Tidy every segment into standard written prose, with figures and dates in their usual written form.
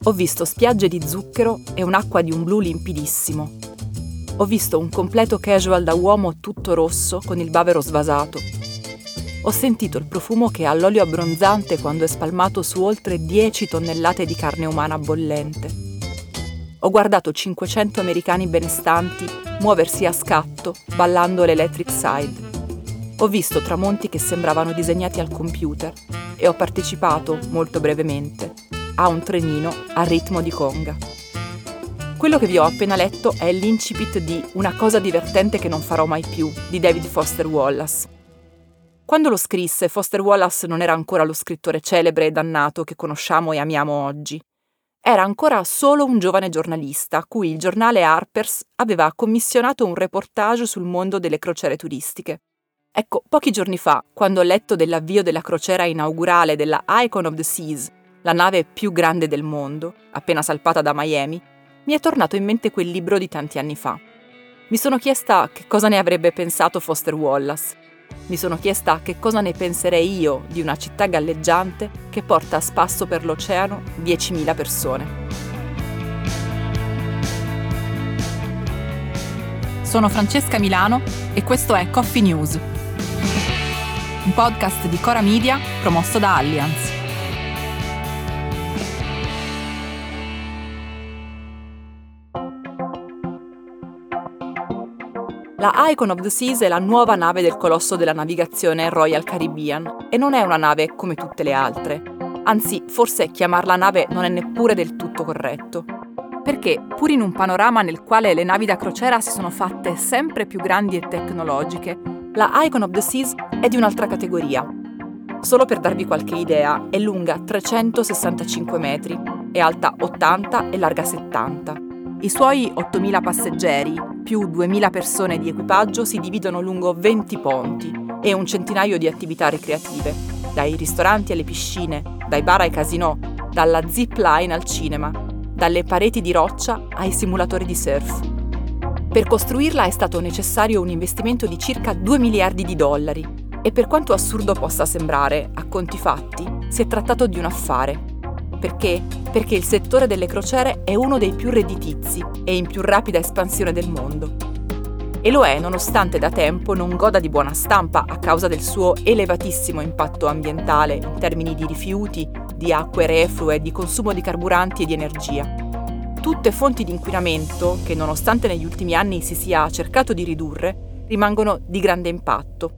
Ho visto spiagge di zucchero e un'acqua di un blu limpidissimo. Ho visto un completo casual da uomo tutto rosso con il bavero svasato. Ho sentito il profumo che ha l'olio abbronzante quando è spalmato su oltre 10 tonnellate di carne umana bollente. Ho guardato 500 americani benestanti muoversi a scatto, ballando l'Electric Side. Ho visto tramonti che sembravano disegnati al computer e ho partecipato, molto brevemente, a un trenino al ritmo di conga. Quello che vi ho appena letto è l'incipit di Una cosa divertente che non farò mai più, di David Foster Wallace. Quando lo scrisse, Foster Wallace non era ancora lo scrittore celebre e dannato che conosciamo e amiamo oggi. Era ancora solo un giovane giornalista a cui il giornale Harper's aveva commissionato un reportage sul mondo delle crociere turistiche. Ecco, pochi giorni fa, quando ho letto dell'avvio della crociera inaugurale della Icon of the Seas, la nave più grande del mondo, appena salpata da Miami, mi è tornato in mente quel libro di tanti anni fa. Mi sono chiesta che cosa ne avrebbe pensato Foster Wallace. Mi sono chiesta che cosa ne penserei io di una città galleggiante che porta a spasso per l'oceano 10.000 persone. Sono Francesca Milano e questo è Coffee News, un podcast di Cora Media promosso da Allianz. La Icon of the Seas è la nuova nave del colosso della navigazione Royal Caribbean e non è una nave come tutte le altre. Anzi, forse chiamarla nave non è neppure del tutto corretto. Perché, pur in un panorama nel quale le navi da crociera si sono fatte sempre più grandi e tecnologiche, la Icon of the Seas è di un'altra categoria. Solo per darvi qualche idea, è lunga 365 metri, è alta 80 e larga 70. I suoi 8.000 passeggeri, più 2.000 persone di equipaggio, si dividono lungo 20 ponti e un centinaio di attività ricreative, dai ristoranti alle piscine, dai bar ai casinò, dalla zip line al cinema, dalle pareti di roccia ai simulatori di surf. Per costruirla è stato necessario un investimento di circa 2 miliardi di dollari e per quanto assurdo possa sembrare, a conti fatti, si è trattato di un affare. Perché? Perché il settore delle crociere è uno dei più redditizi e in più rapida espansione del mondo. E lo è nonostante da tempo non goda di buona stampa a causa del suo elevatissimo impatto ambientale in termini di rifiuti, di acque reflue, di consumo di carburanti e di energia. Tutte fonti di inquinamento che, nonostante negli ultimi anni si sia cercato di ridurre, rimangono di grande impatto.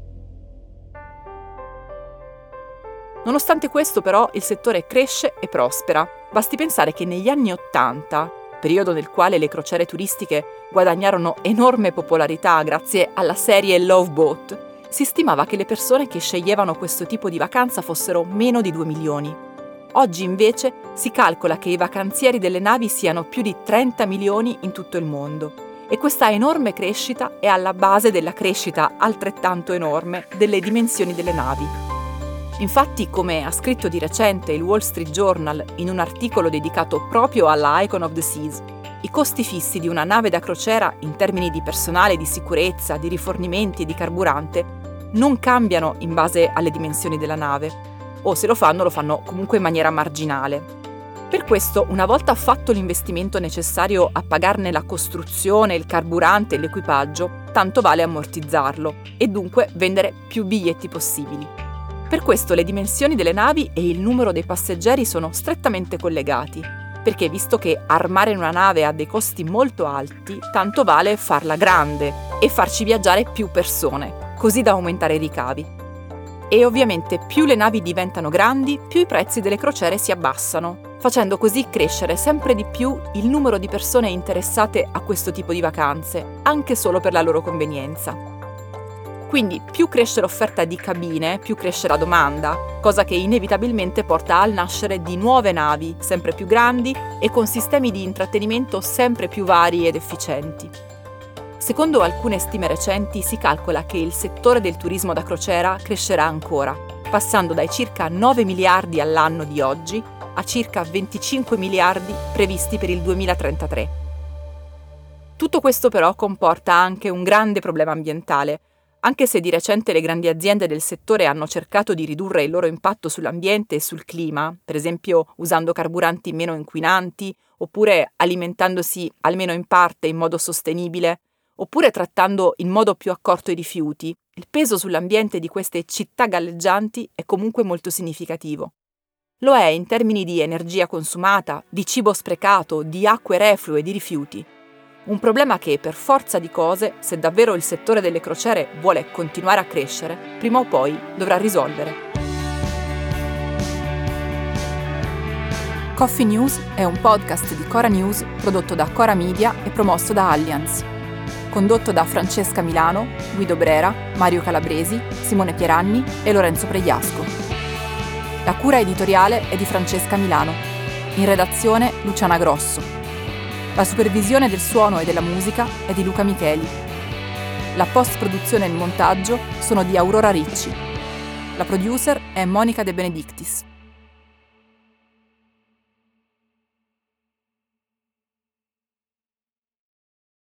Nonostante questo, però, il settore cresce e prospera. Basti pensare che negli anni '80, periodo nel quale le crociere turistiche guadagnarono enorme popolarità grazie alla serie Love Boat, si stimava che le persone che sceglievano questo tipo di vacanza fossero meno di 2 milioni. Oggi invece si calcola che i vacanzieri delle navi siano più di 30 milioni in tutto il mondo e questa enorme crescita è alla base della crescita altrettanto enorme delle dimensioni delle navi. Infatti, come ha scritto di recente il Wall Street Journal in un articolo dedicato proprio alla Icon of the Seas, i costi fissi di una nave da crociera in termini di personale, di sicurezza, di rifornimenti e di carburante non cambiano in base alle dimensioni della nave, o se lo fanno comunque in maniera marginale. Per questo, una volta fatto l'investimento necessario a pagarne la costruzione, il carburante e l'equipaggio, tanto vale ammortizzarlo e dunque vendere più biglietti possibili. Per questo le dimensioni delle navi e il numero dei passeggeri sono strettamente collegati, perché visto che armare una nave ha dei costi molto alti, tanto vale farla grande e farci viaggiare più persone, così da aumentare i ricavi. E ovviamente più le navi diventano grandi, più i prezzi delle crociere si abbassano, facendo così crescere sempre di più il numero di persone interessate a questo tipo di vacanze, anche solo per la loro convenienza. Quindi più cresce l'offerta di cabine, più cresce la domanda, cosa che inevitabilmente porta al nascere di nuove navi, sempre più grandi e con sistemi di intrattenimento sempre più vari ed efficienti. Secondo alcune stime recenti si calcola che il settore del turismo da crociera crescerà ancora, passando dai circa 9 miliardi all'anno di oggi a circa 25 miliardi previsti per il 2033. Tutto questo però comporta anche un grande problema ambientale. Anche se di recente le grandi aziende del settore hanno cercato di ridurre il loro impatto sull'ambiente e sul clima, per esempio usando carburanti meno inquinanti, oppure alimentandosi almeno in parte in modo sostenibile, oppure trattando in modo più accorto i rifiuti, il peso sull'ambiente di queste città galleggianti è comunque molto significativo. Lo è in termini di energia consumata, di cibo sprecato, di acque reflue e di rifiuti. Un problema che, per forza di cose, se davvero il settore delle crociere vuole continuare a crescere, prima o poi dovrà risolvere. Coffee News è un podcast di Cora News prodotto da Cora Media e promosso da Allianz. Condotto da Francesca Milano, Guido Brera, Mario Calabresi, Simone Pieranni e Lorenzo Pregliasco. La cura editoriale è di Francesca Milano. In redazione Luciana Grosso. La supervisione del suono e della musica è di Luca Micheli. La post-produzione e il montaggio sono di Aurora Ricci. La producer è Monica De Benedictis.